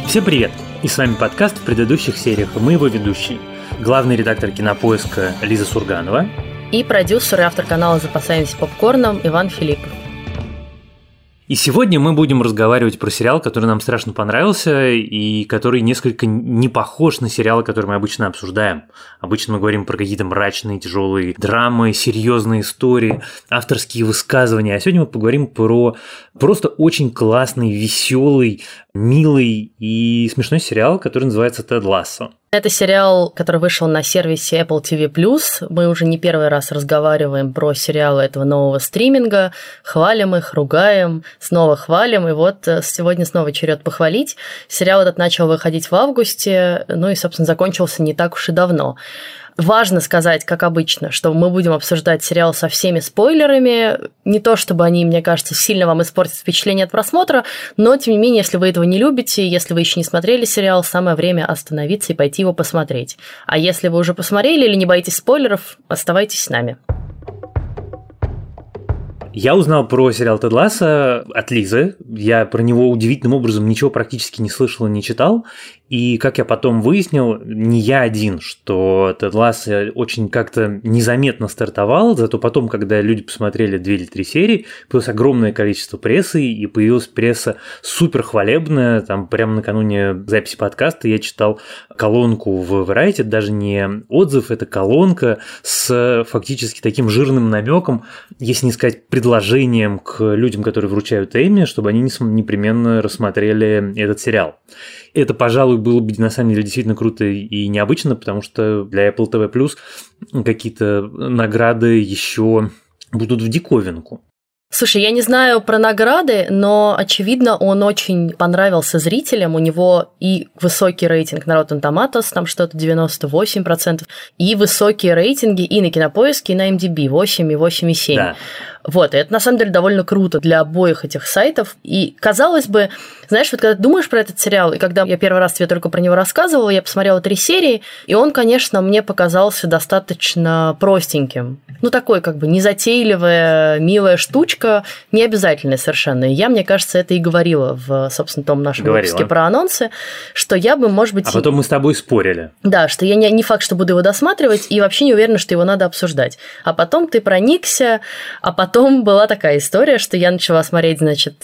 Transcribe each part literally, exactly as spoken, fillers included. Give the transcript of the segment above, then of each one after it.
Всем привет! И с вами подкаст в предыдущих сериях, и мы его ведущие. Главный редактор Кинопоиска Лиза Сурганова и продюсер и автор канала «Запасаемся попкорном» Иван Филиппов. И сегодня мы будем разговаривать про сериал, который нам страшно понравился и который несколько не похож на сериалы, которые мы обычно обсуждаем. Обычно мы говорим про какие-то мрачные, тяжелые драмы, серьезные истории, авторские высказывания. А сегодня мы поговорим про просто очень классный, веселый, милый и смешной сериал, который называется «Тед Лассо». Это сериал, который вышел на сервисе Apple ти ви плюс. Мы уже не первый раз разговариваем про сериалы этого нового стриминга, хвалим их, ругаем, снова хвалим, и вот сегодня снова черед похвалить. Сериал этот начал выходить в августе, ну и, собственно, закончился не так уж и давно. Важно сказать, как обычно, что мы будем обсуждать сериал со всеми спойлерами. Не то, чтобы они, мне кажется, сильно вам испортят впечатление от просмотра, но, тем не менее, если вы этого не любите, если вы еще не смотрели сериал, самое время остановиться и пойти его посмотреть. А если вы уже посмотрели или не боитесь спойлеров, оставайтесь с нами. Я узнал про сериал «Тед Лассо» от Лизы. Я про него удивительным образом ничего практически не слышал и не читал. И, как я потом выяснил, не я один, что «Тед Лассо» очень как-то незаметно стартовал, зато потом, когда люди посмотрели две или три серии, появилось огромное количество прессы, и появилась пресса супер хвалебная. Там прямо накануне записи подкаста я читал колонку в Variety, даже не отзыв, это колонка с фактически таким жирным намеком, если не сказать предложением к людям, которые вручают Эмми, чтобы они непременно рассмотрели этот сериал. Это, пожалуй, было бы на самом деле действительно круто и необычно, потому что для Apple ти ви плюс какие-то награды еще будут в диковинку. Слушай, я не знаю про награды, но, очевидно, он очень понравился зрителям. У него и высокий рейтинг на Rotten Tomatoes, там что-то девяносто восемь процентов, и высокие рейтинги и на Кинопоиске, и на эм ди би, восемь и восемь и семь. Да. Вот, и это на самом деле довольно круто для обоих этих сайтов. И, казалось бы, знаешь, вот когда ты думаешь про этот сериал, и когда я первый раз тебе только про него рассказывала, я посмотрела три серии, и он, конечно, мне показался достаточно простеньким. Ну, такой как бы незатейливая, милая штучка, не обязательная совершенно. И я, мне кажется, это и говорила в, собственно, том нашем говорила. выпуске про анонсы, что я бы, может быть... А потом мы с тобой спорили. Да, что я не, не факт, что буду его досматривать, и вообще не уверена, что его надо обсуждать. А потом ты проникся, а потом Потом была такая история, что я начала смотреть, значит,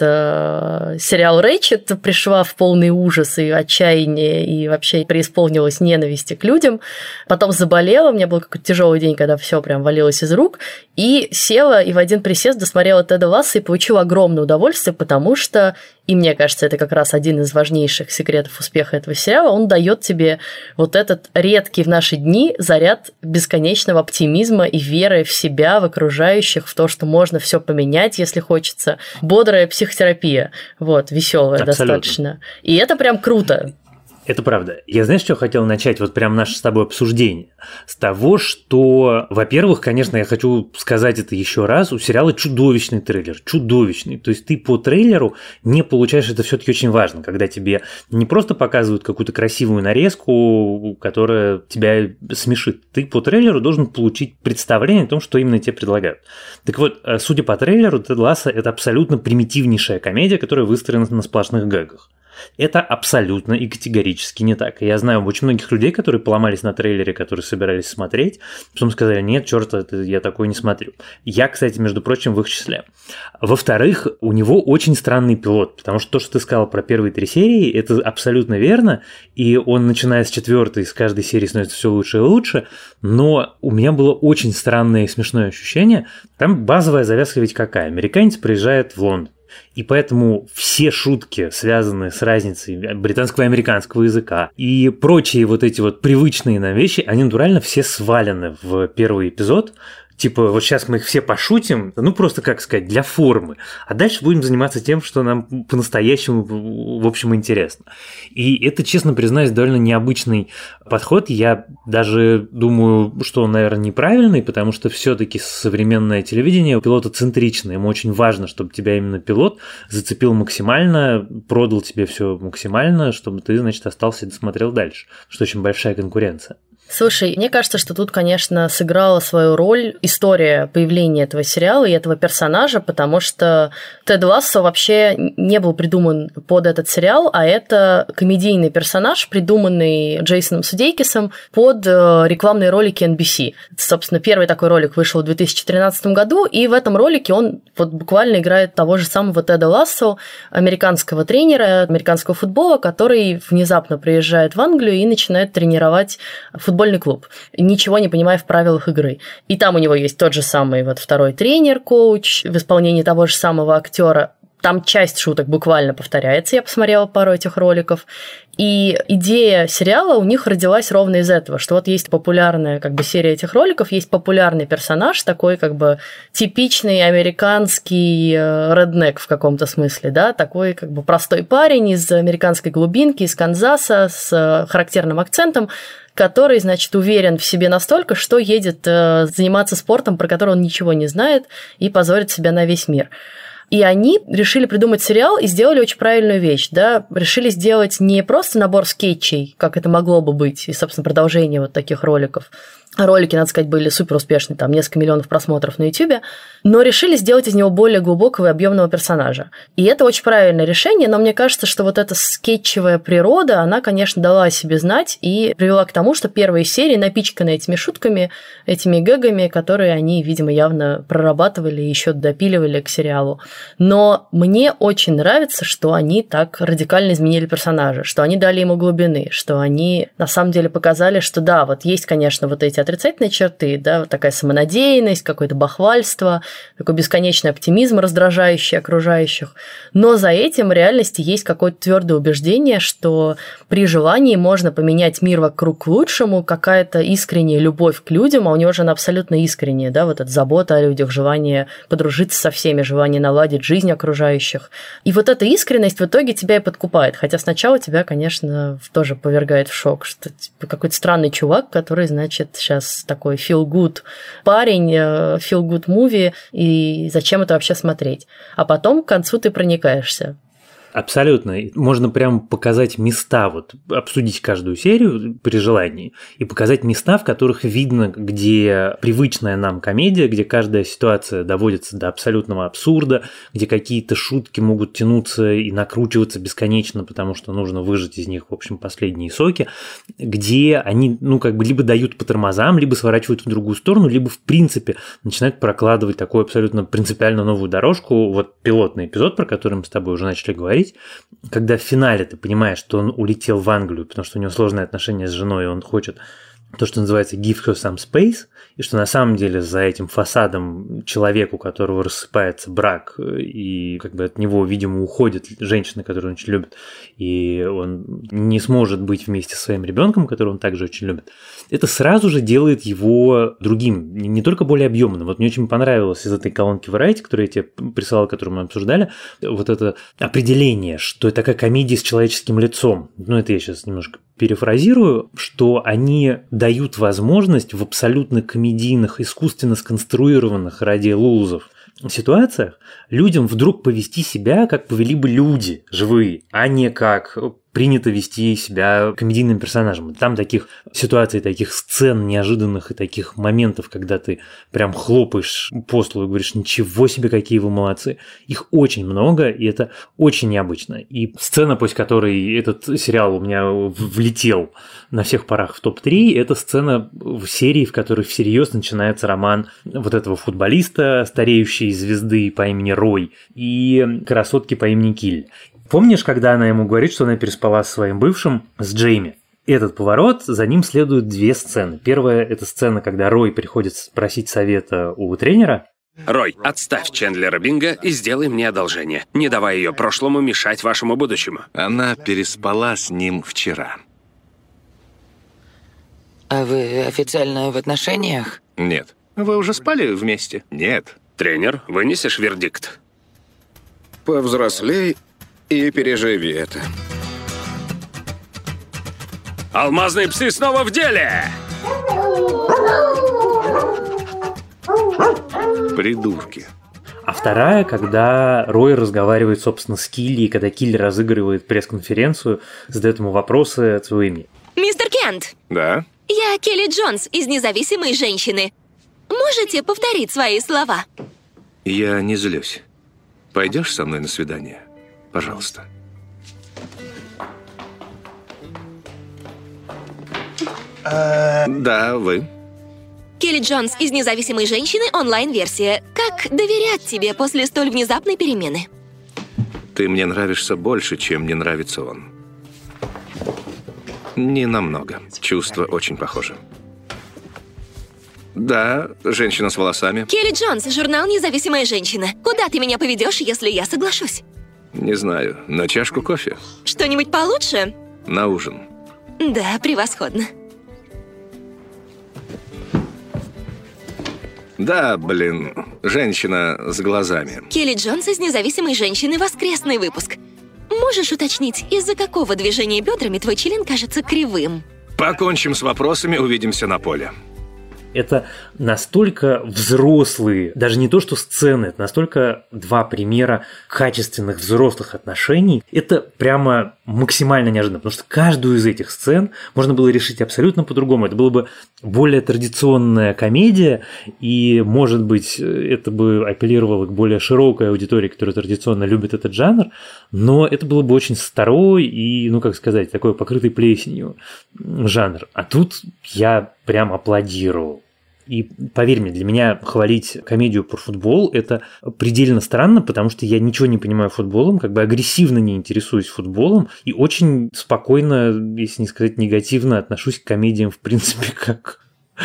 сериал «Рэйчет», пришла в полный ужас и отчаяние, и вообще преисполнилась ненависти к людям. Потом заболела, у меня был какой-то тяжелый день, когда все прям валилось из рук, и села и в один присест досмотрела Теда Лассо и получила огромное удовольствие, потому что, и мне кажется, это как раз один из важнейших секретов успеха этого сериала, он дает тебе вот этот редкий в наши дни заряд бесконечного оптимизма и веры в себя, в окружающих, в то, что можно все поменять, если хочется. Бодрая психотерапия, вот, веселая достаточно. И это прям круто. Это правда. Я, знаешь, что хотел начать? Вот прям наше с тобой обсуждение. С того, что, во-первых, конечно, я хочу сказать это еще раз, у сериала чудовищный трейлер, чудовищный. То есть ты по трейлеру не получаешь, это все-таки очень важно, когда тебе не просто показывают какую-то красивую нарезку, которая тебя смешит. Ты по трейлеру должен получить представление о том, что именно тебе предлагают. Так вот, судя по трейлеру, Тед Лассо – это абсолютно примитивнейшая комедия, которая выстроена на сплошных гэгах. Это абсолютно и категорически не так. Я знаю очень многих людей, которые поломались на трейлере, которые собирались смотреть, потом сказали: нет, черт, это я такое не смотрю. Я, кстати, между прочим, в их числе. Во-вторых, у него очень странный пилот, потому что то, что ты сказал про первые три серии, это абсолютно верно, и он, начиная с четвертой, с каждой серии становится все лучше и лучше, но у меня было очень странное и смешное ощущение. Там базовая завязка ведь какая? Американец приезжает в Лондон. И поэтому все шутки, связанные с разницей британского и американского языка, и прочие вот эти вот привычные нам вещи, они натурально все свалены в первый эпизод. Типа, вот сейчас мы их все пошутим, ну просто, как сказать, для формы. А дальше будем заниматься тем, что нам по-настоящему, в общем, интересно. И это, честно признаюсь, довольно необычный подход. Я даже думаю, что он, наверное, неправильный, потому что все-таки современное телевидение пилотоцентричное. Ему очень важно, чтобы тебя именно пилот зацепил максимально, продал тебе все максимально, чтобы ты, значит, остался и досмотрел дальше. Что очень большая конкуренция. Слушай, мне кажется, что тут, конечно, сыграла свою роль история появления этого сериала и этого персонажа, потому что Тед Лассо вообще не был придуман под этот сериал, а это комедийный персонаж, придуманный Джейсоном Судейкисом под рекламные ролики эн би си. Собственно, первый такой ролик вышел в две тысячи тринадцатом году, и в этом ролике он вот буквально играет того же самого Теда Лассо, американского тренера, американского футбола, который внезапно приезжает в Англию и начинает тренировать футбольный клуб, ничего не понимая в правилах игры. И там у него есть тот же самый вот второй тренер, коуч в исполнении того же самого актера. Там часть шуток буквально повторяется, я посмотрела пару этих роликов. И идея сериала у них родилась ровно из этого, что вот есть популярная как бы серия этих роликов, есть популярный персонаж, такой как бы типичный американский реднек в каком-то смысле, да, такой как бы простой парень из американской глубинки, из Канзаса с характерным акцентом, который, значит, уверен в себе настолько, что едет заниматься спортом, про который он ничего не знает, и позорит себя на весь мир. И они решили придумать сериал и сделали очень правильную вещь, да, решили сделать не просто набор скетчей, как это могло бы быть, и, собственно, продолжение вот таких роликов. Ролики, надо сказать, были супер успешные, там несколько миллионов просмотров на Ютубе, но решили сделать из него более глубокого и объемного персонажа. И это очень правильное решение, но мне кажется, что вот эта скетчевая природа, она, конечно, дала о себе знать и привела к тому, что первые серии напичканы этими шутками, этими гэгами, которые они, видимо, явно прорабатывали и еще допиливали к сериалу. Но мне очень нравится, что они так радикально изменили персонажа, что они дали ему глубины, что они на самом деле показали, что да, вот есть, конечно, вот эти отрицательные черты, да, вот такая самонадеянность, какое-то бахвальство, такой бесконечный оптимизм, раздражающий окружающих. Но за этим в реальности есть какое-то твердое убеждение, что при желании можно поменять мир вокруг к лучшему, какая-то искренняя любовь к людям, а у него же она абсолютно искренняя, да, вот эта забота о людях, желание подружиться со всеми, желание наладить жизнь окружающих. И вот эта искренность в итоге тебя и подкупает, хотя сначала тебя, конечно, тоже повергает в шок, что типа, какой-то странный чувак, который, значит, сейчас такой feel-good парень, feel-good movie, и зачем это вообще смотреть? А потом к концу ты проникаешься. Абсолютно. Можно прямо показать места, вот обсудить каждую серию при желании и показать места, в которых видно, где привычная нам комедия, где каждая ситуация доводится до абсолютного абсурда, где какие-то шутки могут тянуться и накручиваться бесконечно, потому что нужно выжать из них, в общем, последние соки, где они, ну, как бы либо дают по тормозам, либо сворачивают в другую сторону, либо, в принципе, начинают прокладывать такую абсолютно принципиально новую дорожку. Вот пилотный эпизод, про который мы с тобой уже начали говорить, когда в финале ты понимаешь, что он улетел в Англию, потому что у него сложные отношения с женой, и он хочет то, что называется give her some space, и что на самом деле за этим фасадом человек, у которого рассыпается брак, и как бы от него, видимо, уходит женщина, которую он очень любит, и он не сможет быть вместе со своим ребенком, которого он также очень любит, это сразу же делает его другим, не только более объемным. Вот мне очень понравилось из этой колонки Variety, которую я тебе присылал, которую мы обсуждали, вот это определение, что это такая комедия с человеческим лицом. Ну, это я сейчас немножко перефразирую, что они дают возможность в абсолютно комедийных, искусственно сконструированных ради лузов ситуациях людям вдруг повести себя, как повели бы люди живые, а не как принято вести себя комедийным персонажем. Там таких ситуаций, таких сцен неожиданных и таких моментов, когда ты прям хлопаешь по столу и говоришь, ничего себе, какие вы молодцы. Их очень много, и это очень необычно. И сцена, после которой этот сериал у меня влетел на всех парах в топ три, это сцена в серии, в которой всерьез начинается роман вот этого футболиста, стареющей звезды по имени Рой, и красотки по имени Киль. Помнишь, когда она ему говорит, что она переспала со своим бывшим, с Джейми? Этот поворот, за ним следуют две сцены. Первая – это сцена, когда Рой приходит спросить совета у тренера. Рой, отставь Чендлера Бинга и сделай мне одолжение. Не давай ее прошлому мешать вашему будущему. Она переспала с ним вчера. А вы официально в отношениях? Нет. Вы уже спали вместе? Нет. Тренер, вынесешь вердикт? Повзрослей и переживи это. Алмазные псы снова в деле! Придурки. А вторая, когда Рой разговаривает, собственно, с Килли, и когда Килли разыгрывает пресс-конференцию, задает ему вопросы от своего имени. Мистер Кент! Да? Я Келли Джонс из «Независимой женщины». Можете повторить свои слова? Я не злюсь. Пойдешь со мной на свидание? Пожалуйста. Да, вы. Келли Джонс из «Независимой женщины» онлайн-версия. Как доверять тебе после столь внезапной перемены? Ты мне нравишься больше, чем мне нравится он. Не намного. Чувства очень похожи. Да, женщина с волосами. Келли Джонс, журнал «Независимая женщина». Куда ты меня поведешь, если я соглашусь? Не знаю, на чашку кофе? Что-нибудь получше? На ужин. Да, превосходно. Да, блин, женщина с глазами. Келли Джонс из «Независимой женщины», воскресный выпуск. Можешь уточнить, из-за какого движения бедрами твой член кажется кривым? Покончим с вопросами, увидимся на поле. Это настолько взрослые, даже не то что сцены, это настолько два примера качественных взрослых отношений. Это прямо максимально неожиданно, потому что каждую из этих сцен можно было решить абсолютно по-другому. Это была бы более традиционная комедия, и, может быть, это бы апеллировало к более широкой аудитории, которая традиционно любит этот жанр, но это было бы очень старой и, ну, как сказать, такой покрытый плесенью жанр. А тут я прям аплодировал. И поверь мне, для меня хвалить комедию про футбол – это предельно странно, потому что я ничего не понимаю футболом, как бы агрессивно не интересуюсь футболом и очень спокойно, если не сказать негативно, отношусь к комедиям в принципе как…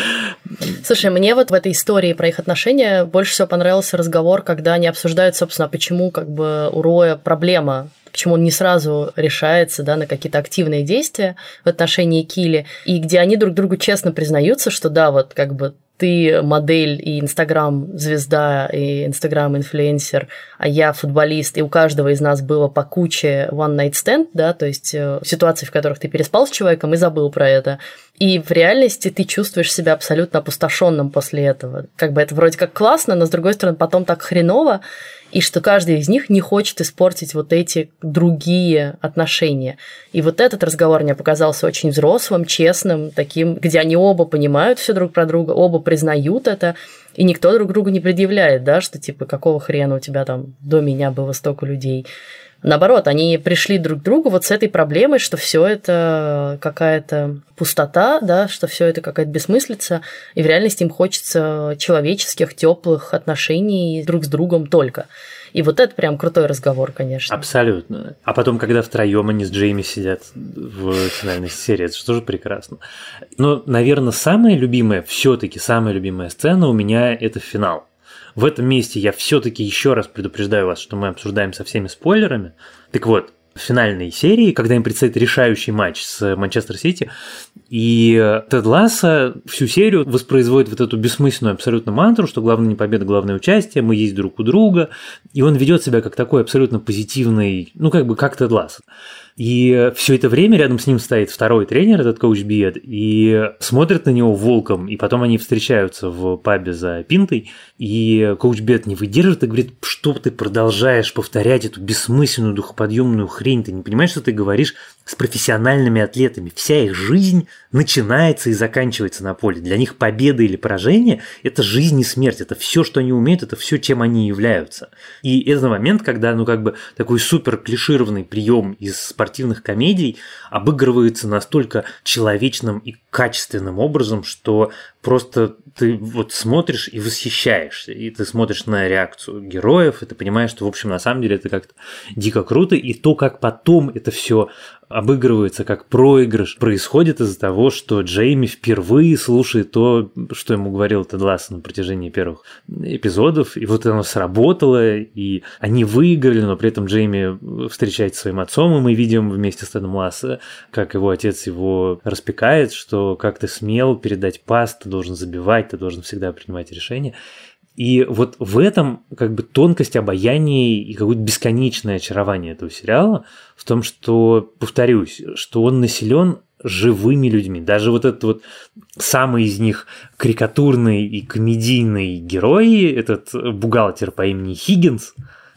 Слушай, мне вот в этой истории про их отношения больше всего понравился разговор, когда они обсуждают, собственно, почему как бы у Роя проблема, почему он не сразу решается, да, на какие-то активные действия в отношении Килли, и где они друг другу честно признаются, что да, вот как бы ты модель и инстаграм-звезда, и инстаграм-инфлюенсер, а я футболист, и у каждого из нас было по куче one-night stand, да, то есть ситуаций, в которых ты переспал с человеком и забыл про это. И в реальности ты чувствуешь себя абсолютно опустошенным после этого. Как бы это вроде как классно, но, с другой стороны, потом так хреново, и что каждый из них не хочет испортить вот эти другие отношения. И вот этот разговор мне показался очень взрослым, честным, таким, где они оба понимают все друг про друга, оба признают это, и никто друг другу не предъявляет, да, что типа какого хрена у тебя там до меня было столько людей. Наоборот, они пришли друг к другу вот с этой проблемой, что все это какая-то пустота, да, что все это какая-то бессмыслица, и в реальности им хочется человеческих, теплых отношений друг с другом только. И вот это прям крутой разговор, конечно. Абсолютно. А потом, когда втроем они с Джейми сидят в финальной серии, это же тоже прекрасно. Но, наверное, самая любимая, все-таки самая любимая сцена у меня – это финал. В этом месте я все-таки еще раз предупреждаю вас, что мы обсуждаем со всеми спойлерами. Так вот, в финальной серии, когда им предстоит решающий матч с Манчестер Сити, и Тед Лассо всю серию воспроизводит вот эту бессмысленную абсолютно мантру, что главное не победа, главное участие, мы есть друг у друга, и он ведет себя как такой абсолютно позитивный, ну как бы как Тед Лассо. И все это время рядом с ним стоит второй тренер, этот коуч Биед, и смотрит на него волком, и потом они встречаются в пабе за пинтой, и коуч Биед не выдерживает и говорит, что ты продолжаешь повторять эту бессмысленную духоподъемную хрень, ты не понимаешь, что ты говоришь с профессиональными атлетами, вся их жизнь начинается и заканчивается на поле, для них победа или поражение – это жизнь и смерть, это все, что они умеют, это все, чем они являются. И это момент, когда, ну, как бы такой супер клишированный прием из спортивных комедий обыгрывается настолько человечным и качественным образом, что просто ты вот смотришь и восхищаешься, и ты смотришь на реакцию героев, и ты понимаешь, что, в общем, на самом деле это как-то дико круто, и то, как потом это все обыгрывается, как проигрыш, происходит из-за того, что Джейми впервые слушает то, что ему говорил Тед Лассо на протяжении первых эпизодов, и вот оно сработало, и они выиграли, но при этом Джейми встречается с своим отцом, и мы видим вместе с Тедом Лассо, как его отец его распекает, что как ты смел передать пас, ты должен забивать, ты должен всегда принимать решения. И вот в этом как бы тонкость обаяния и какое-то бесконечное очарование этого сериала в том, что, повторюсь, что он населен живыми людьми. Даже вот этот вот самый из них карикатурный и комедийный герой, этот бухгалтер по имени Хиггинс,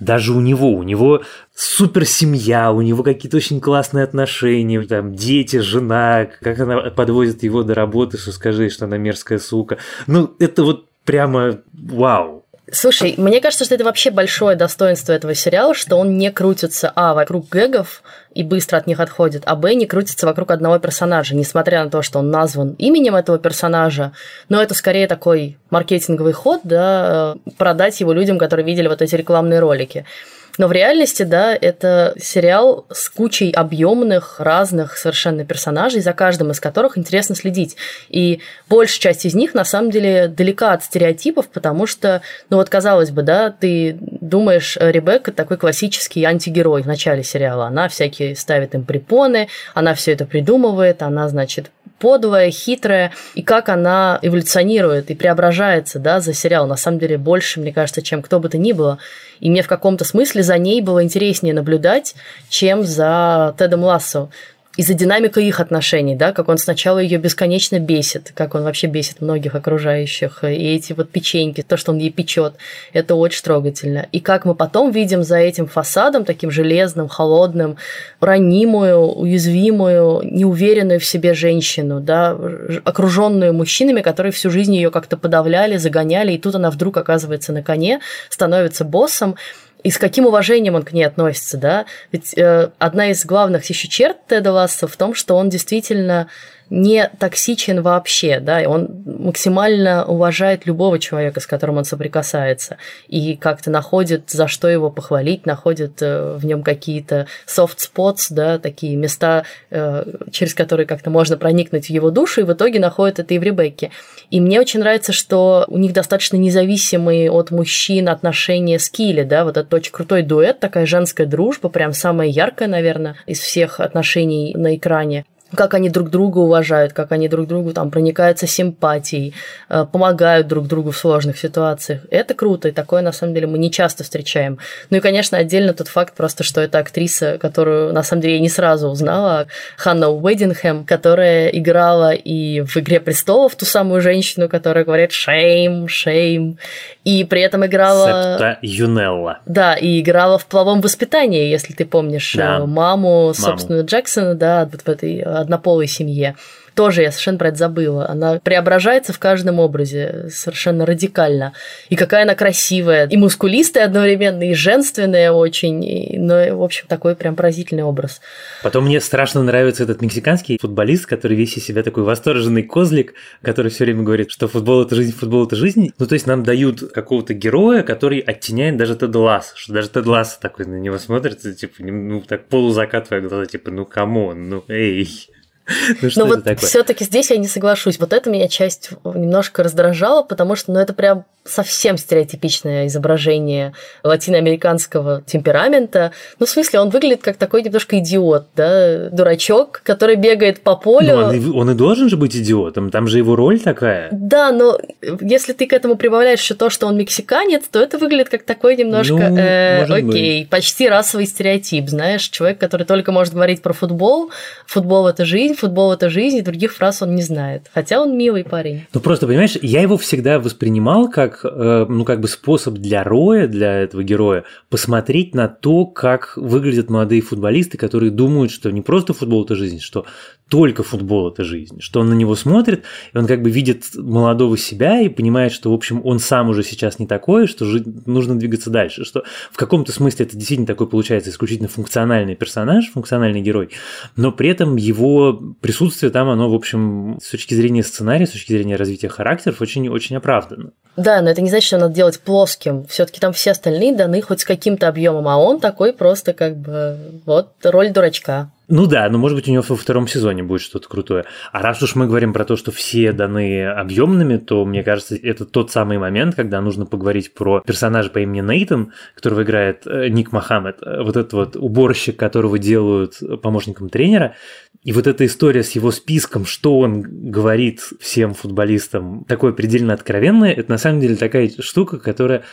даже у него, у него супер семья, у него какие-то очень классные отношения, там дети, жена, как она подвозит его до работы, что скажи, что она мерзкая сука. Ну, это вот прямо вау. Слушай, мне кажется, что это вообще большое достоинство этого сериала, что он не крутится, а, вокруг гэгов и быстро от них отходит, а, б, не крутится вокруг одного персонажа, несмотря на то, что он назван именем этого персонажа, но это скорее такой маркетинговый ход, да, продать его людям, которые видели вот эти рекламные ролики. Но в реальности, да, это сериал с кучей объемных, разных совершенно персонажей, за каждым из которых интересно следить. И большая часть из них, на самом деле, далека от стереотипов, потому что, ну вот, казалось бы, да, ты думаешь, Ребекка такой классический антигерой в начале сериала. Она всякие ставит им препоны, она все это придумывает, она, значит, подлая, хитрая, и как она эволюционирует и преображается, да, за сериал. На самом деле, больше, мне кажется, чем кто бы то ни было. И мне в каком-то смысле за ней было интереснее наблюдать, чем за Тедом Лассо. Из-за динамики их отношений, да, как он сначала ее бесконечно бесит, как он вообще бесит многих окружающих, и эти вот печеньки, то, что он ей печет, это очень трогательно. И как мы потом видим за этим фасадом, таким железным, холодным, ранимую, уязвимую, неуверенную в себе женщину, да, окруженную мужчинами, которые всю жизнь ее как-то подавляли, загоняли, и тут она вдруг оказывается на коне, становится боссом. И с каким уважением он к ней относится, да? Ведь э, одна из главных еще черт Теда Лассо в том, что он действительно не токсичен вообще, да, и он максимально уважает любого человека, с которым он соприкасается, и как-то находит, за что его похвалить, находит в нем какие-то soft spots, да, такие места, через которые как-то можно проникнуть в его душу, и в итоге находит это и в Ребекке. И мне очень нравится, что у них достаточно независимые от мужчин отношения с Килли, да, вот этот очень крутой дуэт, такая женская дружба, прям самая яркая, наверное, из всех отношений на экране. Как они друг друга уважают, как они друг другу там проникаются симпатией, помогают друг другу в сложных ситуациях. Это круто, и такое, на самом деле, мы не часто встречаем. Ну и, конечно, отдельно тот факт просто, что это актриса, которую, на самом деле, я не сразу узнала, Ханна Уэддингхэм, которая играла и в «Игре престолов» ту самую женщину, которая говорит «shame, shame», и при этом играла... Септа Юнелла. Да, и играла в «Половом воспитании», если ты помнишь, да. маму, маму, собственно, Джексона, да, вот в этой однополой семье. Тоже я совершенно про это забыла. Она преображается в каждом образе совершенно радикально. И какая она красивая, и мускулистая одновременно, и женственная очень. И, ну, в общем, такой прям поразительный образ. Потом мне страшно нравится этот мексиканский футболист, который весь из себя такой восторженный козлик, который все время говорит, что футбол – это жизнь, футбол – это жизнь. Ну, то есть нам дают какого-то героя, который оттеняет даже Теда Лассо, что даже Тед Лассо такой на него смотрит, типа, ну, так полузакатывая глаза, типа, ну, камон, ну, эй. Ну, Но вот все-таки здесь я не соглашусь. Вот это меня часть немножко раздражала, потому что ну, это прям совсем стереотипичное изображение латиноамериканского темперамента. Ну, в смысле, он выглядит как такой немножко идиот, да, дурачок, который бегает по полю. Ну, он, и, он и должен же быть идиотом, там же его роль такая. Да, но если ты к этому прибавляешь еще то, что он мексиканец, то это выглядит как такой немножко, ну, э, окей, быть. Почти расовый стереотип, знаешь, человек, который только может говорить про футбол, футбол – это жизнь, футбол – это жизнь, и других фраз он не знает. Хотя он милый парень. Ну, просто, понимаешь, я его всегда воспринимал как, э, ну, как бы способ для Роя, для этого героя, посмотреть на то, как выглядят молодые футболисты, которые думают, что не просто футбол – это жизнь, что только футбол – это жизнь, что он на него смотрит, и он как бы видит молодого себя и понимает, что, в общем, он сам уже сейчас не такой, что жить, нужно двигаться дальше, что в каком-то смысле это действительно такой, получается, исключительно функциональный персонаж, функциональный герой, но при этом его присутствие там, оно, в общем, с точки зрения сценария, с точки зрения развития характеров очень-очень оправдано. Да, но это не значит, что надо делать плоским. Все-таки там все остальные даны хоть с каким-то объемом, а он такой просто как бы вот роль дурачка. Ну да, но может быть у него во втором сезоне будет что-то крутое. А раз уж мы говорим про то, что все даны объемными, то мне кажется, это тот самый момент, когда нужно поговорить про персонажа по имени Нейтан, которого играет Ник Мохаммед, вот этот вот уборщик, которого делают помощником тренера. И вот эта история с его списком, что он говорит всем футболистам, такое предельно откровенное, это на самом деле такая штука, которая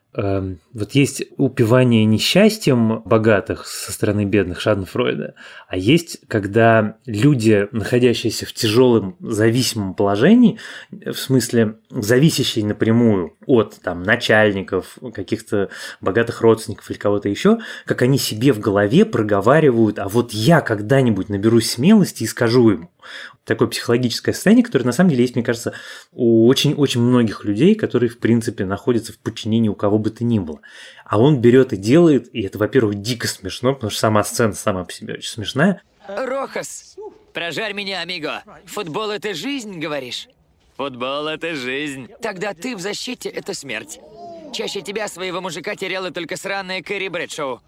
э, вот есть упивание несчастьем богатых со стороны бедных Шаденфройда, а есть, когда люди, находящиеся в тяжелом зависимом положении, в смысле зависящие напрямую от там, начальников, каких-то богатых родственников или кого-то еще, как они себе в голове проговаривают, а вот я когда-нибудь наберусь смелости и скажу ему. Такое психологическое состояние, которое на самом деле есть, мне кажется, у очень-очень многих людей, которые, в принципе, находятся в подчинении у кого бы то ни было. А он берет и делает, и это, во-первых, дико смешно, потому что сама сцена сама по себе очень смешная. Рохас, прожарь меня, амиго. Футбол — это жизнь, говоришь? Футбол — это жизнь. Тогда ты в защите — это смерть. Чаще тебя, своего мужика, теряла только сраная Кэрри Брэдшоу.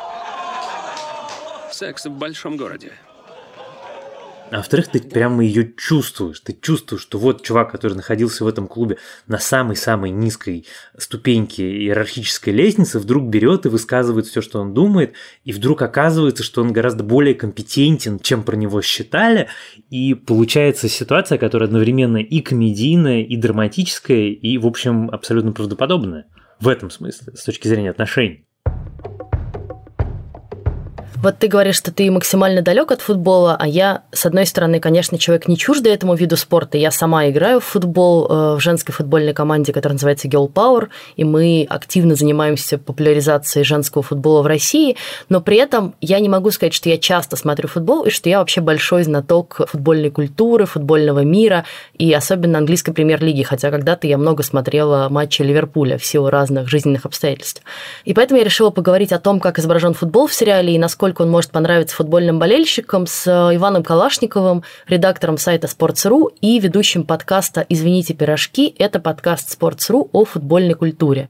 Секс в большом городе. А во-вторых, ты прямо ее чувствуешь. Ты чувствуешь, что вот чувак, который находился в этом клубе на самой-самой низкой ступеньке иерархической лестницы, вдруг берет и высказывает все, что он думает, и вдруг оказывается, что он гораздо более компетентен, чем про него считали, и получается ситуация, которая одновременно и комедийная, и драматическая, и, в общем, абсолютно правдоподобная. В этом смысле, с точки зрения отношений. Вот ты говоришь, что ты максимально далек от футбола, а я, с одной стороны, конечно, человек не чуждый этому виду спорта. Я сама играю в футбол в женской футбольной команде, которая называется Girl Power, и мы активно занимаемся популяризацией женского футбола в России, но при этом я не могу сказать, что я часто смотрю футбол и что я вообще большой знаток футбольной культуры, футбольного мира и особенно английской премьер-лиги, хотя когда-то я много смотрела матчи Ливерпуля в силу разных жизненных обстоятельств. И поэтому я решила поговорить о том, как изображен футбол в сериале и насколько он может понравиться футбольным болельщикам с Иваном Калашниковым, редактором сайта Sports.ru и ведущим подкаста «Извините, пирожки». Это подкаст Sports.ru о футбольной культуре.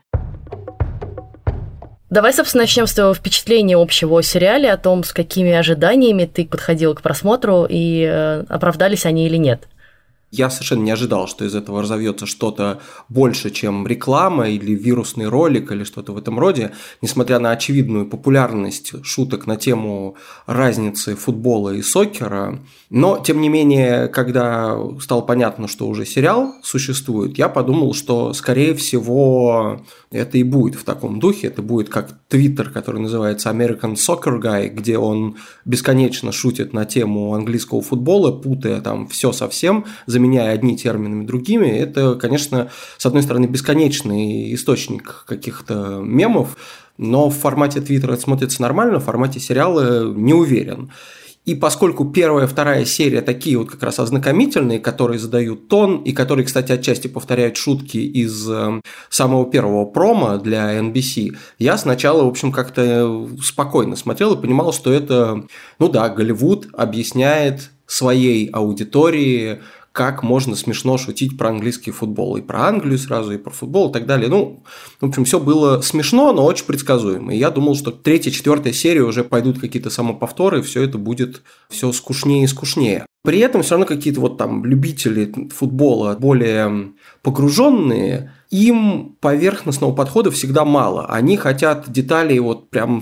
Давай, собственно, начнем с твоего впечатления общего о сериале, о том, с какими ожиданиями ты подходил к просмотру и оправдались они или нет. Я совершенно не ожидал, что из этого разовьется что-то больше, чем реклама или вирусный ролик или что-то в этом роде. Несмотря на очевидную популярность шуток на тему разницы футбола и соккера. Но, тем не менее, когда стало понятно, что уже сериал существует, я подумал, что, скорее всего, это и будет в таком духе. Это будет как твиттер, который называется American Soccer Guy, где он бесконечно шутит на тему английского футбола, путая там все совсем, заменяя одни терминами другими. Это, конечно, с одной стороны, бесконечный источник каких-то мемов, но в формате твиттера это смотрится нормально, в формате сериала не уверен. И поскольку первая и вторая серия такие вот как раз ознакомительные, которые задают тон, и которые, кстати, отчасти повторяют шутки из самого первого промо для эн би си, я сначала, в общем, как-то спокойно смотрел и понимал, что это, ну да, Голливуд объясняет своей аудитории, как можно смешно шутить про английский футбол. И про Англию сразу, и про футбол, и так далее. Ну, в общем, все было смешно, но очень предсказуемо. И я думал, что третья, четвертая серия уже пойдут какие-то самоповторы, и все это будет все скучнее и скучнее. При этом все равно какие-то вот там любители футбола более погруженные, им поверхностного подхода всегда мало. Они хотят деталей вот прям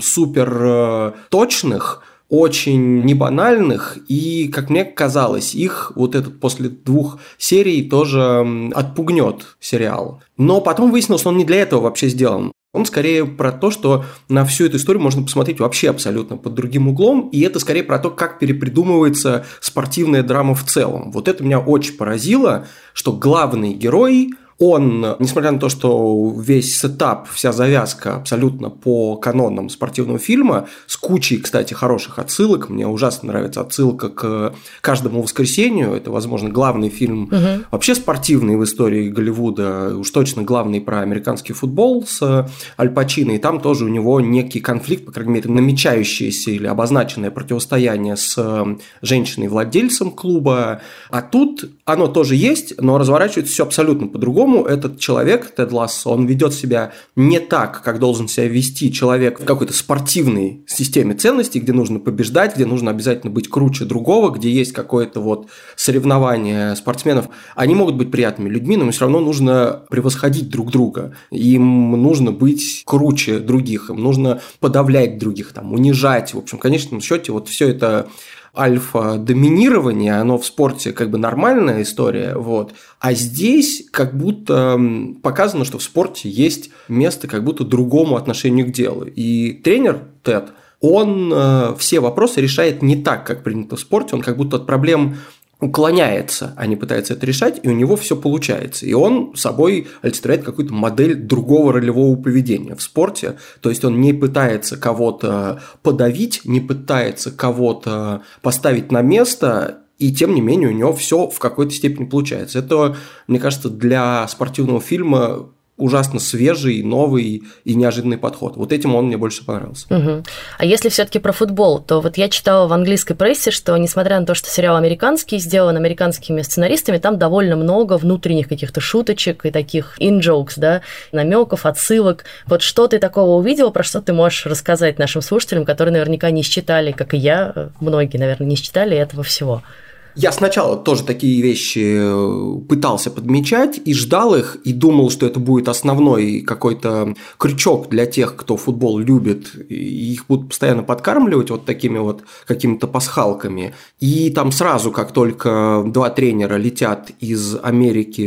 супер точных, очень небанальных, и, как мне казалось, их вот этот после двух серий тоже отпугнет сериал. Но потом выяснилось, что он не для этого вообще сделан. Он скорее про то, что на всю эту историю можно посмотреть вообще абсолютно под другим углом, и это скорее про то, как перепридумывается спортивная драма в целом. Вот это меня очень поразило, что главный герой... Он, несмотря на то, что весь сетап, вся завязка абсолютно по канонам спортивного фильма, с кучей, кстати, хороших отсылок, мне ужасно нравится отсылка к «Каждому воскресенью», это, возможно, главный фильм угу. вообще спортивный в истории Голливуда, уж точно главный про американский футбол с Аль Пачино, и там тоже у него некий конфликт, по крайней мере, намечающееся или обозначенное противостояние с женщиной-владельцем клуба, а тут оно тоже есть, но разворачивается все абсолютно по-другому. Этот человек, Тед Лассо, он ведет себя не так, как должен себя вести человек в какой-то спортивной системе ценностей, где нужно побеждать, где нужно обязательно быть круче другого, где есть какое-то вот соревнование спортсменов. Они могут быть приятными людьми, но им все равно нужно превосходить друг друга. Им нужно быть круче других, им нужно подавлять других, там, унижать. В общем, в конечном счете, вот все это альфа-доминирование, оно в спорте как бы нормальная история, вот. А здесь как будто показано, что в спорте есть место как будто другому отношению к делу. И тренер Тед, он э, все вопросы решает не так, как принято в спорте, он как будто от проблем уклоняется, а не пытается это решать, и у него все получается. И он собой олицетворяет какую-то модель другого ролевого поведения в спорте. То есть он не пытается кого-то подавить, не пытается кого-то поставить на место, и тем не менее у него все в какой-то степени получается. Это, мне кажется, для спортивного фильма ужасно свежий, новый и неожиданный подход. Вот этим он мне больше понравился. Угу. А если все-таки про футбол, то вот я читала в английской прессе, что несмотря на то, что сериал американский, сделан американскими сценаристами, там довольно много внутренних каких-то шуточек и таких in-jokes, да, намеков, отсылок. Вот что ты такого увидела, про что ты можешь рассказать нашим слушателям, которые наверняка не считали, как и я, многие, наверное, не считали этого всего? Я сначала тоже такие вещи пытался подмечать и ждал их, и думал, что это будет основной какой-то крючок для тех, кто футбол любит, и их будут постоянно подкармливать вот такими вот какими-то пасхалками. И там сразу, как только два тренера летят из Америки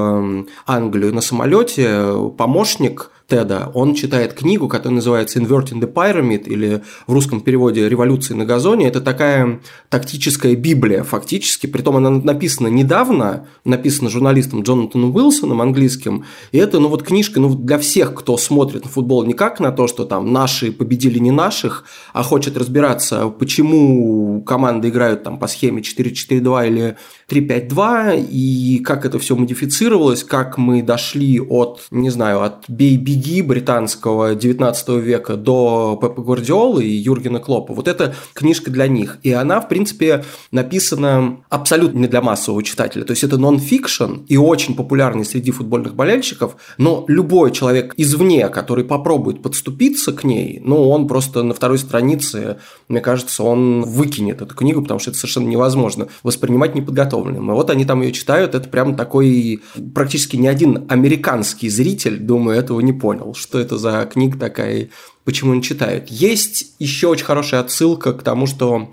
в Англию на самолете, помощник Теда, он читает книгу, которая называется «Inverting the Pyramid», или в русском переводе «Революция на газоне». Это такая тактическая библия, фактически. Притом она написана недавно, написана журналистом Джонатаном Уилсоном, английским. И это, ну вот, книжка, ну, для всех, кто смотрит на футбол не как на то, что там наши победили не наших, а хочет разбираться, почему команды играют там по схеме четыре четыре два или три пять два, и как это все модифицировалось, как мы дошли от, не знаю, от бей-беги британского девятнадцатого века до Пепа Гвардиолы и Юргена Клоппа. Вот это книжка для них. И она, в принципе, написана абсолютно не для массового читателя. То есть это нон-фикшн и очень популярный среди футбольных болельщиков, но любой человек извне, который попробует подступиться к ней, ну, он просто на второй странице, мне кажется, он выкинет эту книгу, потому что это совершенно невозможно воспринимать неподготовленным. И вот они там ее читают, это прям такой практически ни один американский зритель, думаю, этого не понял. понял, что это за книга такая, почему не читают. Есть еще очень хорошая отсылка к тому, что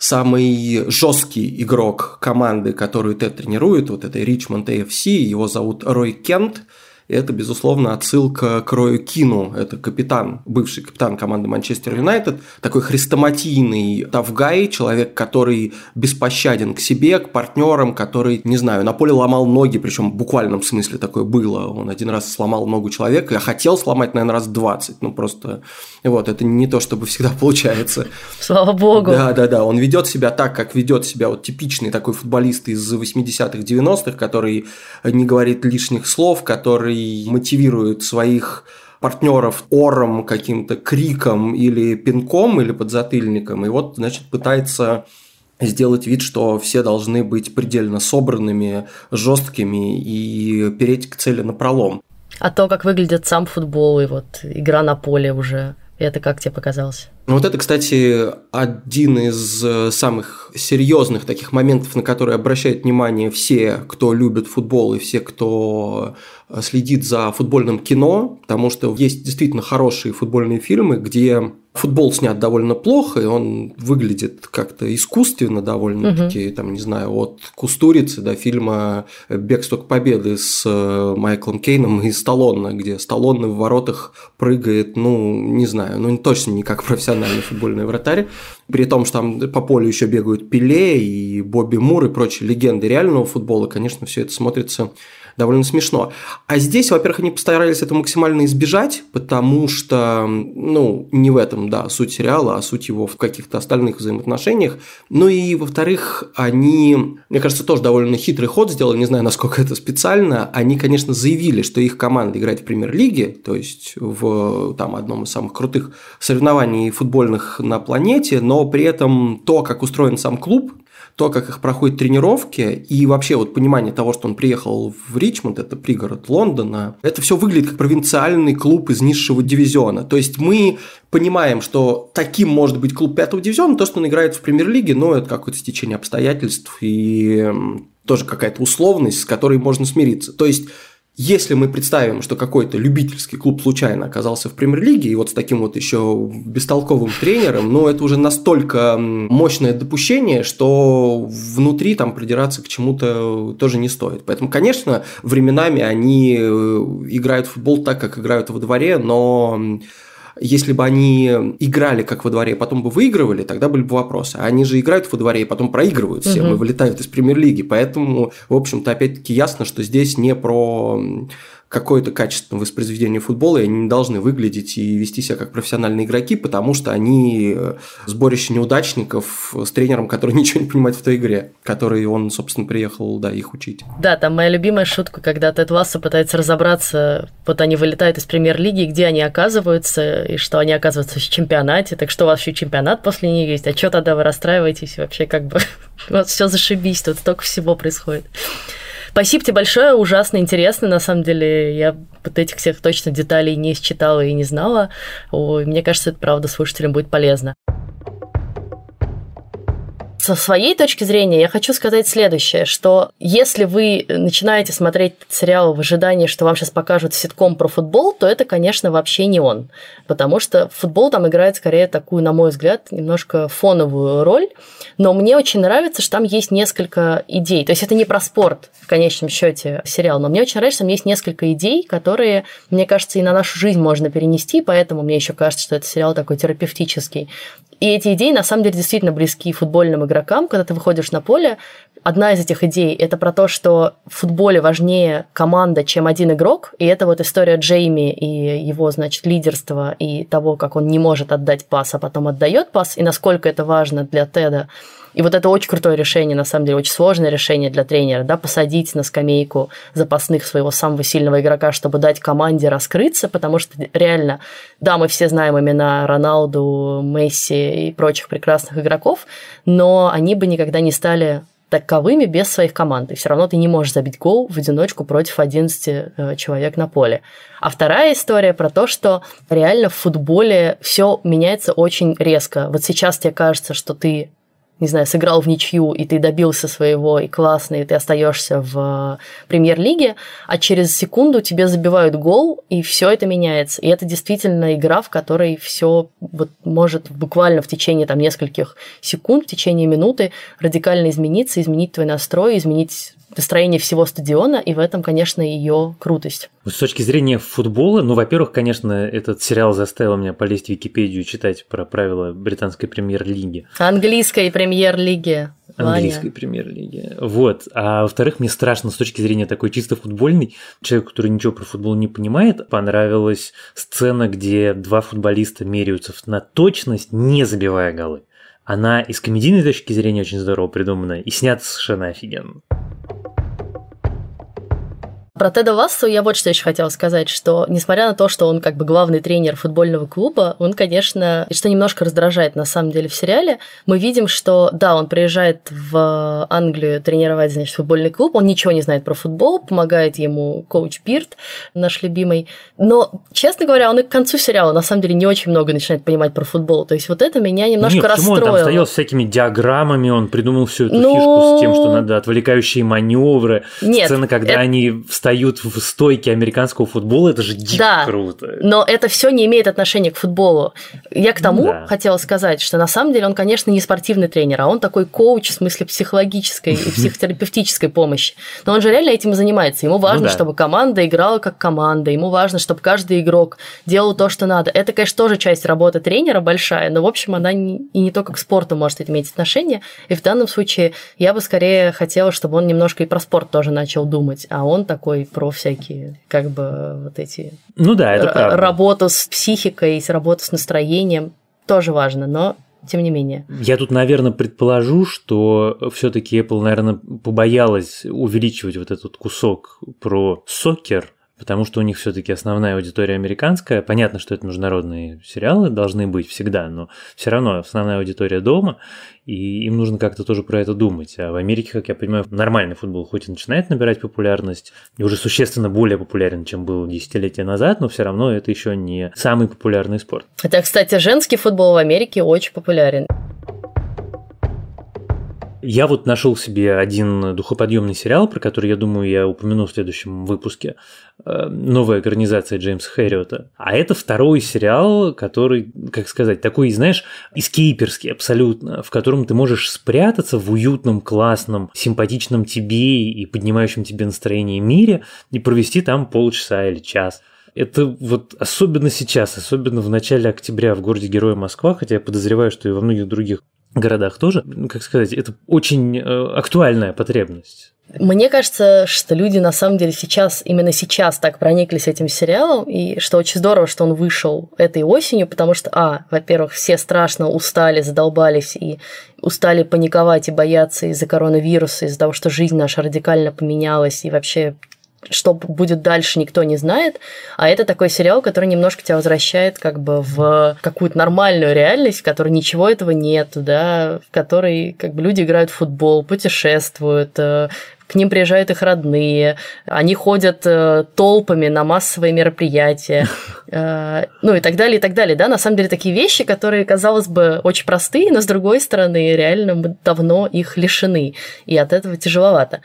самый жесткий игрок команды, которую Тед тренирует, вот это Ричмонд эй эф си, его зовут Рой Кент. И это, безусловно, отсылка к Рою Кину. Это капитан, бывший капитан команды Манчестер Юнайтед. Такой хрестоматийный тавгай, человек, который беспощаден к себе, к партнерам, который, не знаю, на поле ломал ноги, причем в буквальном смысле такое было. Он один раз сломал ногу человека, я хотел сломать, наверное, раз двадцать. Ну, просто вот, это не то, чтобы всегда получается. Слава богу. Да, да, да. Он ведет себя так, как ведет себя вот типичный такой футболист из восьмидесятых, девяностых, который не говорит лишних слов, который мотивирует своих партнеров ором, каким-то криком или пинком, или подзатыльником, и вот, значит, пытается сделать вид, что все должны быть предельно собранными, жесткими и переть к цели напролом. А то, как выглядит сам футбол и вот игра на поле уже, это как тебе показалось? Ну, вот это, кстати, один из самых серьезных таких моментов, на которые обращают внимание все, кто любит футбол, и все, кто следит за футбольным кино, потому что есть действительно хорошие футбольные фильмы, где футбол снят довольно плохо, и он выглядит как-то искусственно довольно-таки, угу. там, не знаю, от Кустурицы до фильма «Бегство к победе» с Майклом Кейном и Сталлоне, где Сталлоне в воротах прыгает, ну, не знаю, ну, точно не как профессиональный футбольный вратарь, при том, что там по полю еще бегают Пеле и Бобби Мур и прочие легенды реального футбола, конечно, все это смотрится довольно смешно. А здесь, во-первых, они постарались это максимально избежать, потому что, ну, не в этом, да, суть сериала, а суть его в каких-то остальных взаимоотношениях. Ну и, во-вторых, они, мне кажется, тоже довольно хитрый ход сделали, не знаю, насколько это специально. Они, конечно, заявили, что их команда играет в премьер-лиге, то есть в там, одном из самых крутых соревнований футбольных на планете, но при этом то, как устроен сам клуб, то, как их проходят тренировки, и вообще вот понимание того, что он приехал в Ричмонд, это пригород Лондона, это все выглядит как провинциальный клуб из низшего дивизиона. То есть мы понимаем, что таким может быть клуб пятого дивизиона, то, что он играет в премьер-лиге, но это какое-то стечение обстоятельств и тоже какая-то условность, с которой можно смириться. То есть Если мы представим, что какой-то любительский клуб случайно оказался в премьер-лиге, и вот с таким вот еще бестолковым тренером, ну, это уже настолько мощное допущение, что внутри там придираться к чему-то тоже не стоит. Поэтому, конечно, временами они играют в футбол так, как играют во дворе, но если бы они играли как во дворе, и потом бы выигрывали, тогда были бы вопросы. А они же играют во дворе и потом проигрывают всем, угу. и вылетают из премьер-лиги. Поэтому, в общем-то, опять-таки ясно, что здесь не про какое-то качественное воспроизведение футбола, и они не должны выглядеть и вести себя как профессиональные игроки, потому что они сборище неудачников с тренером, который ничего не понимает в той игре, который он, собственно, приехал, да, их учить. Да, там моя любимая шутка, когда Тед Лассо пытается разобраться, вот они вылетают из премьер-лиги, где они оказываются, и что они оказываются в чемпионате, так что у вас еще чемпионат после них есть, а что тогда вы расстраиваетесь вообще, как бы, у вас все зашибись, тут столько всего происходит. Спасибо тебе большое, ужасно интересно, на самом деле, я вот этих всех точно деталей не считала и не знала, Ой, мне кажется, это правда слушателям будет полезно. Со своей точки зрения я хочу сказать следующее, что если вы начинаете смотреть сериал в ожидании, что вам сейчас покажут ситком про футбол, то это, конечно, вообще не он, потому что футбол там играет скорее такую, на мой взгляд, немножко фоновую роль, но мне очень нравится, что там есть несколько идей, то есть это не про спорт в конечном счете сериал, но мне очень нравится, что там есть несколько идей, которые, мне кажется, и на нашу жизнь можно перенести, поэтому мне еще кажется, что это сериал такой терапевтический. И эти идеи, на самом деле, действительно близки футбольным игрокам. Когда ты выходишь на поле, одна из этих идей – это про то, что в футболе важнее команда, чем один игрок. И это вот история Джейми и его, значит, лидерства, и того, как он не может отдать пас, а потом отдает пас, и насколько это важно для Теда. И вот это очень крутое решение, на самом деле, очень сложное решение для тренера, да, посадить на скамейку запасных своего самого сильного игрока, чтобы дать команде раскрыться, потому что реально, да, мы все знаем имена Роналду, Месси и прочих прекрасных игроков, но они бы никогда не стали таковыми без своих команд. И все равно ты не можешь забить гол в одиночку против одиннадцати человек на поле. А вторая история про то, что реально в футболе все меняется очень резко. Вот сейчас тебе кажется, что ты не знаю, сыграл в ничью, и ты добился своего, и классно, и ты остаешься в премьер-лиге, а через секунду тебе забивают гол, и все это меняется. И это действительно игра, в которой все вот может буквально в течение там, нескольких секунд, в течение минуты радикально измениться, изменить твой настрой, изменить настроение всего стадиона, и в этом, конечно, ее крутость. С точки зрения футбола, ну, во-первых, конечно, этот сериал заставил меня полезть в Википедию и читать про правила британской премьер-лиги. Английской премьер-лиги. Английской Ваня. Премьер-лиги. Вот. А во-вторых, мне страшно с точки зрения такой чисто футбольной, человек, который ничего про футбол не понимает, понравилась сцена, где два футболиста меряются на точность, не забивая голы. Она и с комедийной точки зрения очень здорово придумана, и снята совершенно офигенно. Про Теда Лассо я вот что еще хотела сказать, что несмотря на то, что он как бы главный тренер футбольного клуба, он, конечно, что немножко раздражает на самом деле в сериале, мы видим, что, да, он приезжает в Англию тренировать, значит, футбольный клуб, он ничего не знает про футбол, помогает ему коуч Пирт, наш любимый, но, честно говоря, он и к концу сериала на самом деле не очень много начинает понимать про футбол, то есть вот это меня немножко Нет, расстроило. Он там стоял с всякими диаграммами, он придумал всю эту но... фишку с тем, что надо отвлекающие маневры, Нет, сцена, когда это... они встают в стойке американского футбола, это же дико да, круто. Но это все не имеет отношения к футболу. Я к тому да. хотела сказать, что на самом деле он, конечно, не спортивный тренер, а он такой коуч в смысле психологической и психотерапевтической помощи. Но он же реально этим и занимается. Ему важно, ну, да. чтобы команда играла как команда, ему важно, чтобы каждый игрок делал то, что надо. Это, конечно, тоже часть работы тренера большая, но, в общем, она не, и не только к спорту может иметь отношение. И в данном случае я бы скорее хотела, чтобы он немножко и про спорт тоже начал думать, а он такой про всякие, как бы, вот эти... Ну да, это правда. Работу с психикой, работу с настроением тоже важно, но тем не менее. Я тут, наверное, предположу, что все-таки Apple, наверное, побоялась увеличивать вот этот кусок про сокер, потому что у них все-таки основная аудитория американская. Понятно, что это международные сериалы должны быть всегда, но все равно основная аудитория дома, и им нужно как-то тоже про это думать. А в Америке, как я понимаю, нормальный футбол хоть и начинает набирать популярность, и уже существенно более популярен, чем был десятилетия назад, но все равно это еще не самый популярный спорт. Хотя, кстати, женский футбол в Америке очень популярен. Я вот нашел себе один духоподъемный сериал, про который, я думаю, я упомяну в следующем выпуске. Новая экранизация Джеймса Хэрриота. А это второй сериал, который, как сказать, такой, знаешь, эскейперский абсолютно, в котором ты можешь спрятаться в уютном, классном, симпатичном тебе и поднимающем тебе настроение мире и провести там полчаса или час. Это вот особенно сейчас, особенно в начале октября в городе-герое Москва, хотя я подозреваю, что и во многих других городах тоже, как сказать, это очень актуальная потребность. Мне кажется, что люди на самом деле сейчас, именно сейчас так прониклись этим сериалом, и что очень здорово, что он вышел этой осенью, потому что, а, во-первых, все страшно устали, задолбались и устали паниковать и бояться из-за коронавируса, из-за того, что жизнь наша радикально поменялась, и вообще что будет дальше, никто не знает. А это такой сериал, который немножко тебя возвращает как бы в какую-то нормальную реальность, в которой ничего этого нет, да, в которой как бы люди играют в футбол, путешествуют, к ним приезжают их родные, они ходят толпами на массовые мероприятия, ну и так далее, и так далее. Да? На самом деле такие вещи, которые, казалось бы, очень простые, но с другой стороны, реально мы давно их лишены, и от этого тяжеловато.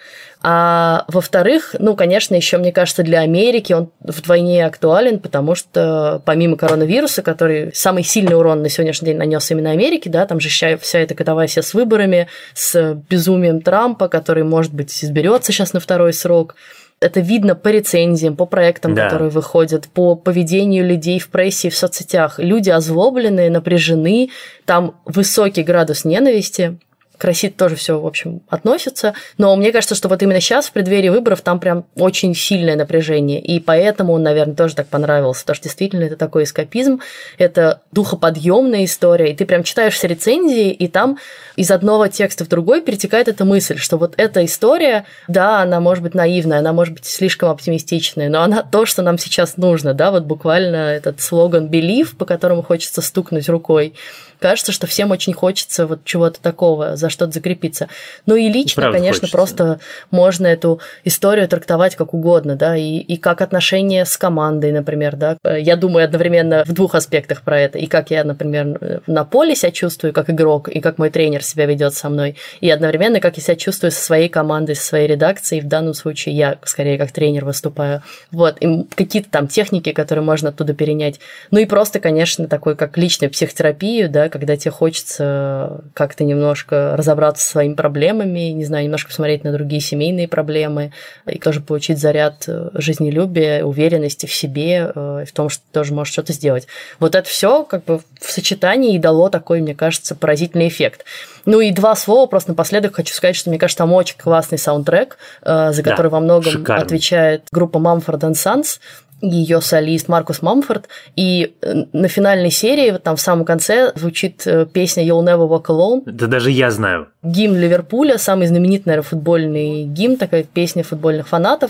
А во-вторых, ну, конечно, еще, мне кажется, для Америки он вдвойне актуален, потому что помимо коронавируса, который самый сильный урон на сегодняшний день нанес именно Америке, да, там же вся эта катавасия с выборами, с безумием Трампа, который, может быть, изберется сейчас на второй срок. Это видно по рецензиям, по проектам, да, которые выходят, по поведению людей в прессе и в соцсетях. Люди озлобленные, напряжены, там высокий градус ненависти. К России тоже все, в общем, относится. Но мне кажется, что вот именно сейчас, в преддверии выборов, там прям очень сильное напряжение. И поэтому он, наверное, тоже так понравился. Потому что действительно это такой эскапизм, это духоподъемная история. И ты прям читаешь все рецензии, и там из одного текста в другой перетекает эта мысль, что вот эта история, да, она может быть наивная, она может быть слишком оптимистичная, но она то, что нам сейчас нужно. Да, вот буквально этот слоган «Believe», по которому хочется стукнуть рукой. Кажется, что всем очень хочется вот чего-то такого, за что-то закрепиться. Ну и лично, правда, конечно, хочется. Просто можно эту историю трактовать как угодно, да, и, и как отношения с командой, например, да. Я думаю одновременно в двух аспектах про это. И как я, например, на поле себя чувствую как игрок, и как мой тренер себя ведет со мной, и одновременно как я себя чувствую со своей командой, со своей редакцией. В данном случае я скорее как тренер выступаю. Вот, и какие-то там техники, которые можно оттуда перенять. Ну и просто, конечно, такой как личную психотерапию, да, когда тебе хочется как-то немножко разобраться со своими проблемами, не знаю, немножко посмотреть на другие семейные проблемы и тоже получить заряд жизнелюбия, уверенности в себе, в том, что ты тоже можешь что-то сделать. Вот это все как бы в сочетании и дало такой, мне кажется, поразительный эффект. Ну и два слова просто напоследок хочу сказать, что, мне кажется, там очень классный саундтрек, за который да, во многом шикарный. Отвечает группа Mumford энд Sons, ее солист Маркус Мамфорд, и на финальной серии, вот там в самом конце, звучит песня «You'll Never Walk Alone». Да даже я знаю. Гимн Ливерпуля, самый знаменитый, наверное, футбольный гимн, такая песня футбольных фанатов.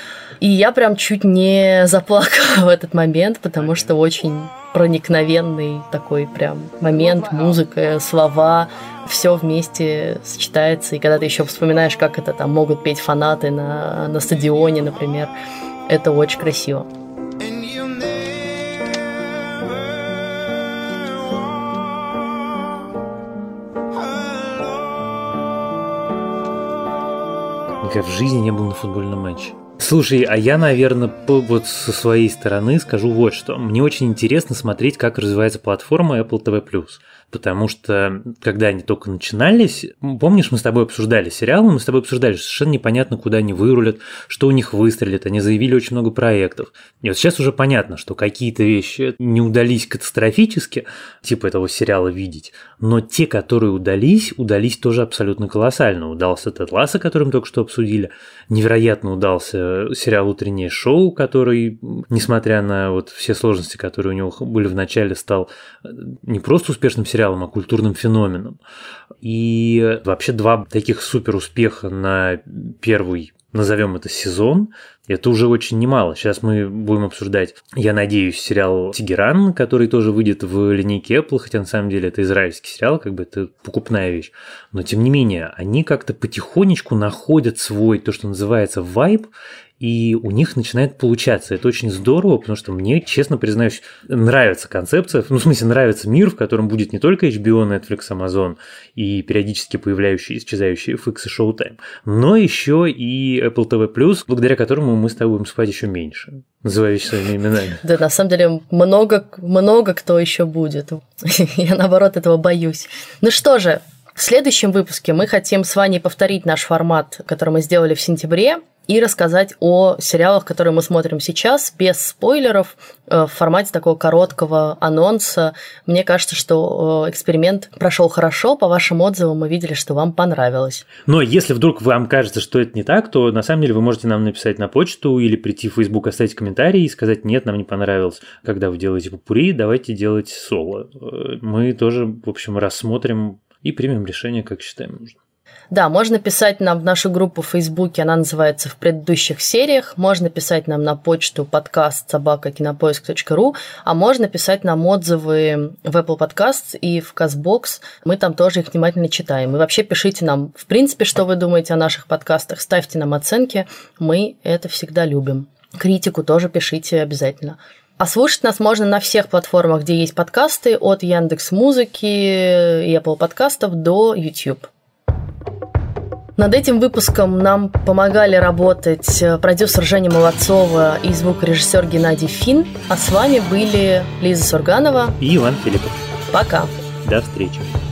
И я прям чуть не заплакала в этот момент, потому что очень проникновенный такой прям момент, музыка, слова, все вместе сочетается. И когда ты еще вспоминаешь, как это там могут петь фанаты на, на стадионе, например, это очень красиво. Никогда в жизни не был на футбольном матче. Слушай, а я, наверное, вот со своей стороны скажу вот что. Мне очень интересно смотреть, как развивается платформа Apple ти ви плюс. Потому что, когда они только начинались, помнишь, мы с тобой обсуждали сериалы, мы с тобой обсуждали, что совершенно непонятно, куда они вырулят, что у них выстрелит, они заявили очень много проектов. И вот сейчас уже понятно, что какие-то вещи не удались катастрофически, типа этого сериала «Видеть», но те, которые удались, удались тоже абсолютно колоссально. Удался Тед Лассо, который мы только что обсудили, невероятно удался сериал «Утреннее шоу», который, несмотря на вот все сложности, которые у него были в начале, стал не просто успешным сериалом, сериалом, а культурным феноменом. И вообще два таких супер успеха на первый, назовем это, сезон, это уже очень немало. Сейчас мы будем обсуждать, я надеюсь, сериал «Тегеран», который тоже выйдет в линейке Apple, хотя на самом деле это израильский сериал, как бы это покупная вещь. Но тем не менее, они как-то потихонечку находят свой, то, что называется, вайб, и у них начинает получаться. Это очень здорово, потому что мне, честно признаюсь, нравится концепция, ну, в смысле, нравится мир, в котором будет не только эйч би о, Netflix, Amazon и периодически появляющиеся, исчезающие эф икс и Showtime, но еще и Apple ти ви+, благодаря которому мы с тобой будем спать еще меньше, называя вещи своими именами. Да, на самом деле, много, много кто еще будет. Я, наоборот, этого боюсь. Ну что же, в следующем выпуске мы хотим с Ваней повторить наш формат, который мы сделали в сентябре, и рассказать о сериалах, которые мы смотрим сейчас, без спойлеров, в формате такого короткого анонса. Мне кажется, что эксперимент прошел хорошо. По вашим отзывам мы видели, что вам понравилось. Но если вдруг вам кажется, что это не так, то на самом деле вы можете нам написать на почту или прийти в Facebook, оставить комментарий и сказать: нет, нам не понравилось. Когда вы делаете попурри, давайте делать соло. Мы тоже, в общем, рассмотрим и примем решение, как считаем нужным. Да, можно писать нам в нашу группу в Фейсбуке, она называется «В предыдущих сериях», можно писать нам на почту подкаст собака кинопоиск точка ру, а можно писать нам отзывы в Apple Podcasts и в Castbox, мы там тоже их внимательно читаем. И вообще пишите нам, в принципе, что вы думаете о наших подкастах, ставьте нам оценки, мы это всегда любим. Критику тоже пишите обязательно. А слушать нас можно на всех платформах, где есть подкасты, от Яндекс.Музыки и Apple подкастов до YouTube. Над этим выпуском нам помогали работать продюсер Женя Молодцова и звукорежиссер Геннадий Фин. А с вами были Лиза Сурганова и Иван Филиппов. Пока. До встречи.